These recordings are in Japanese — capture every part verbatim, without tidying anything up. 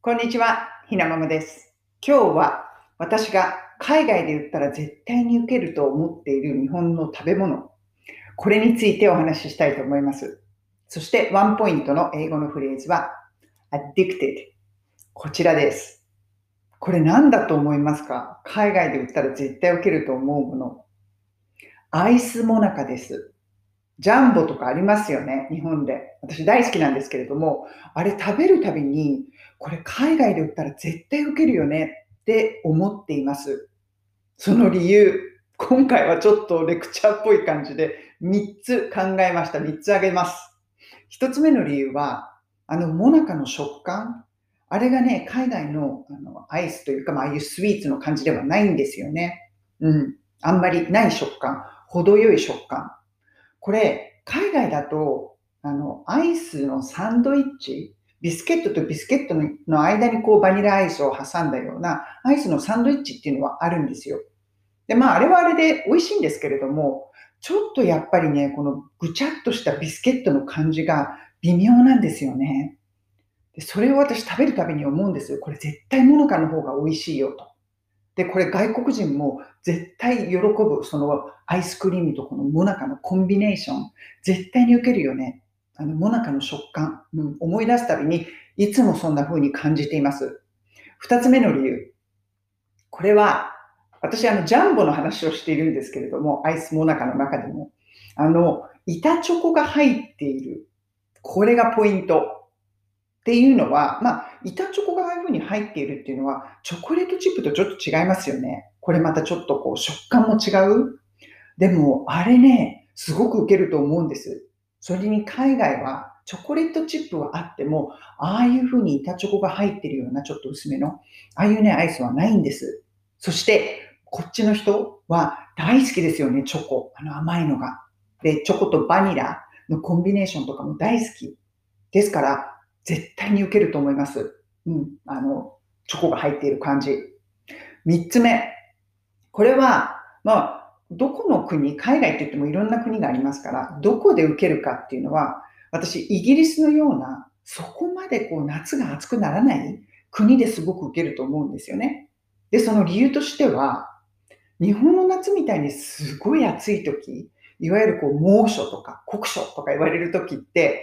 こんにちは、ひなままです。今日は私が海外で売ったら絶対に受けると思っている日本の食べ物、これについてお話ししたいと思います。そしてワンポイントの英語のフレーズは addicted。こちらです。これ何だと思いますか？海外で売ったら絶対受けると思うもの。アイスモナカです。ジャンボとかありますよね、日本で。私大好きなんですけれども、あれ食べるたびに、これ海外で売ったら絶対受けるよねって思っています。その理由、今回はちょっとレクチャーっぽい感じでみっつ考えました。みっつ挙げます。ひとつめの理由は、あの、モナカの食感。あれがね、海外のあのアイスというか、まあ、ああいうスイーツの感じではないんですよね。うん。あんまりない食感。程よい食感。これ、海外だと、あの、アイスのサンドイッチ、ビスケットとビスケットの間にこうバニラアイスを挟んだようなアイスのサンドイッチっていうのはあるんですよ。で、まあ、あれはあれで美味しいんですけれども、ちょっとやっぱりね、このぐちゃっとしたビスケットの感じが微妙なんですよね。で、それを私食べるたびに思うんですよ。これ絶対モナカの方が美味しいよと。で、これ外国人も絶対喜ぶ、そのアイスクリームとこのモナカのコンビネーション、絶対に受けるよね。あの、モナカの食感、うん、思い出すたびに、いつもそんな風に感じています。二つ目の理由。これは、私、あの、ジャンボの話をしているんですけれども、アイスモナカの中でも、あの、板チョコが入っている。これがポイント。っていうのは、まあ、板チョコがああいう風に入っているっていうのは、チョコレートチップとちょっと違いますよね。これまたちょっとこう食感も違う。でも、あれね、すごく受けると思うんです。それに海外はチョコレートチップはあっても、ああいう風に板チョコが入ってるようなちょっと薄めの、ああいうね、アイスはないんです。そして、こっちの人は大好きですよね、チョコ。あの甘いのが。で、チョコとバニラのコンビネーションとかも大好き。ですから、絶対に受けると思います。うん。あの、チョコが入っている感じ。三つ目。これは、まあ、どこの国、海外って言ってもいろんな国がありますから、どこで受けるかっていうのは、私、イギリスのような、そこまでこう夏が暑くならない国ですごく受けると思うんですよね。で、その理由としては、日本の夏みたいにすごい暑い時、いわゆるこう猛暑とか酷暑とか言われる時って、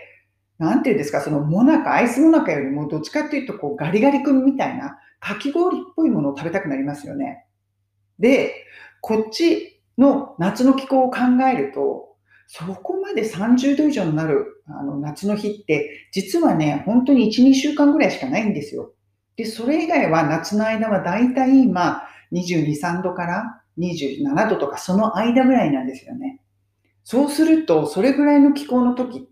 なんていうんですか、そのモナカ、アイスモナカよりもどっちかっていうとこうガリガリ君みたいなかき氷っぽいものを食べたくなりますよね。で、こっちの夏の気候を考えると、そこまでさんじゅうど以上になるあの夏の日って、実はね、本当にいち、にしゅうかんぐらいしかないんですよ。で、それ以外は夏の間はだいたい、まあ、にじゅうに、さんどからにじゅうななどとかその間ぐらいなんですよね。そうすると、それぐらいの気候の時って、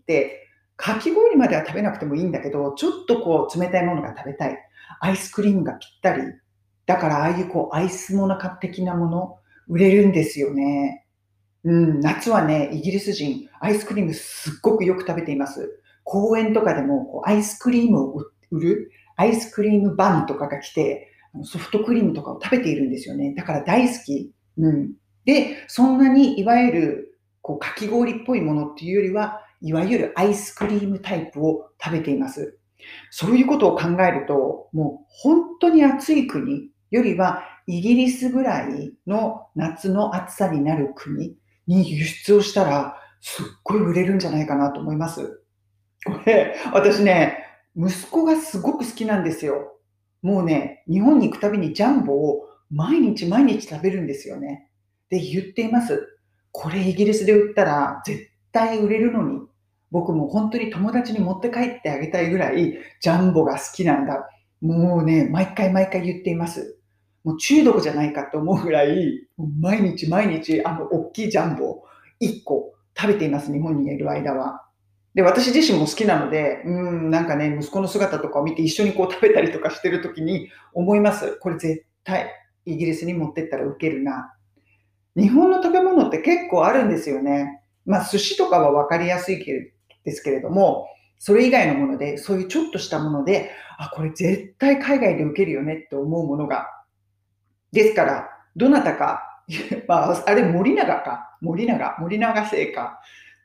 かき氷までは食べなくてもいいんだけど、ちょっとこう冷たいものが食べたい。アイスクリームがぴったり。だからああいうこうアイスモナカ的なもの、売れるんですよね。うん、夏はね、イギリス人、アイスクリームすっごくよく食べています。公園とかでもこうアイスクリームを売る、アイスクリームバンとかが来て、ソフトクリームとかを食べているんですよね。だから大好き。うん。で、そんなにいわゆるこうかき氷っぽいものっていうよりは、いわゆるアイスクリームタイプを食べています。そういうことを考えると、もう本当に暑い国よりは、イギリスぐらいの夏の暑さになる国に輸出をしたら、すっごい売れるんじゃないかなと思います。これ、私ね、息子がすごく好きなんですよ。もうね、日本に行くたびにジャンボを毎日毎日食べるんですよね。で、言っています。これイギリスで売ったら絶対売れるのに、僕も本当に友達に持って帰ってあげたいぐらいジャンボが好きなんだ。もうね、毎回毎回言っています。もう中毒じゃないかと思うぐらい、毎日毎日あの大きいジャンボいっこ食べています、日本にいる間は。で、私自身も好きなので、うん、なんかね、息子の姿とかを見て一緒にこう食べたりとかしてるときに思います。これ絶対イギリスに持ってったらウケるな。日本の食べ物って結構あるんですよね。まあ、寿司とかはわかりやすいけれですけれども、それ以外のもので、そういうちょっとしたもので、あ、これ絶対海外でウケるよねって思うものが。ですから、どなたか、まあ、あれ森永か、森永、森永製か、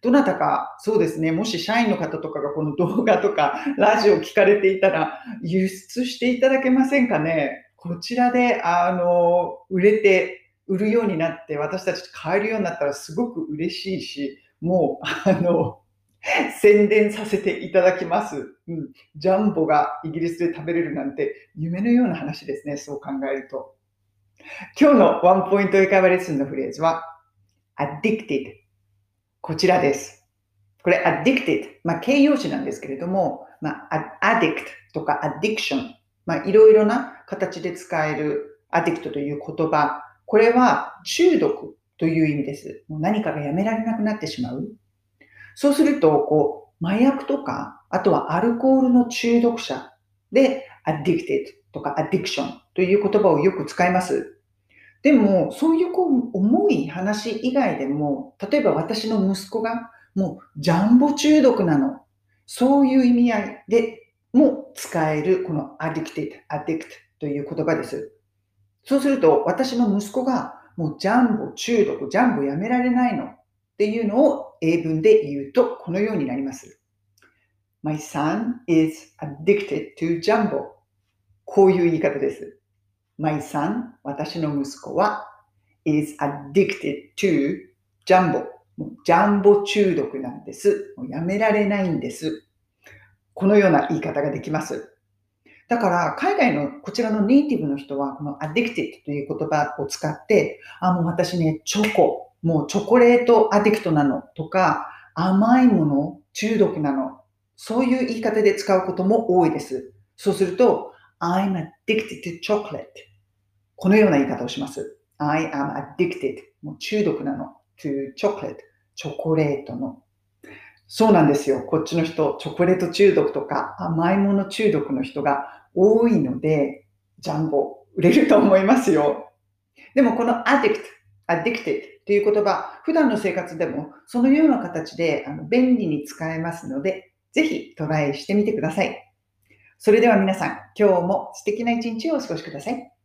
どなたか、そうですね、もし社員の方とかがこの動画とかラジオを聞かれていたら、輸出していただけませんかね。こちらで、あの、売れて、売るようになって、私たち買えるようになったらすごく嬉しいし、もう、あの、宣伝させていただきます。うん。ジャンボがイギリスで食べれるなんて夢のような話ですね。そう考えると。今日のワンポイント英会話レッスンのフレーズは addicted。こちらです。これ addicted。まあ形容詞なんですけれども、まあ addict とか addiction。まあいろいろな形で使える addict という言葉。これは中毒という意味です。もう何かがやめられなくなってしまう。そうすると、こう、麻薬とか、あとはアルコールの中毒者で addicted とか addiction という言葉をよく使います。でも、そういうこう重い話以外でも、例えば私の息子がもうジャンボ中毒なの。そういう意味合いでも使えるこの addicted, addict という言葉です。そうすると、私の息子がもうジャンボ中毒、ジャンボやめられないのっていうのを英文で言うとこのようになります。My son is addicted to jumbo. こういう言い方です。My son、私の息子は is addicted to jumbo。もうジャンボ中毒なんです。もうやめられないんです。このような言い方ができます。だから、海外のこちらのネイティブの人は、この addicted という言葉を使って、あ、もう私ね、チョコ、もうチョコレートアディクトなのとか、甘いもの中毒なの。そういう言い方で使うことも多いです。そうすると、I'm addicted to chocolate。このような言い方をします。I am addicted。もう中毒なの。to chocolate。チョコレートの。そうなんですよ。こっちの人、チョコレート中毒とか甘いもの中毒の人が多いので、ジャンボ売れると思いますよ。でもこの addict、addicted という言葉、普段の生活でもそのような形であの便利に使えますので、ぜひトライしてみてください。それでは皆さん、今日も素敵な一日をお過ごしください。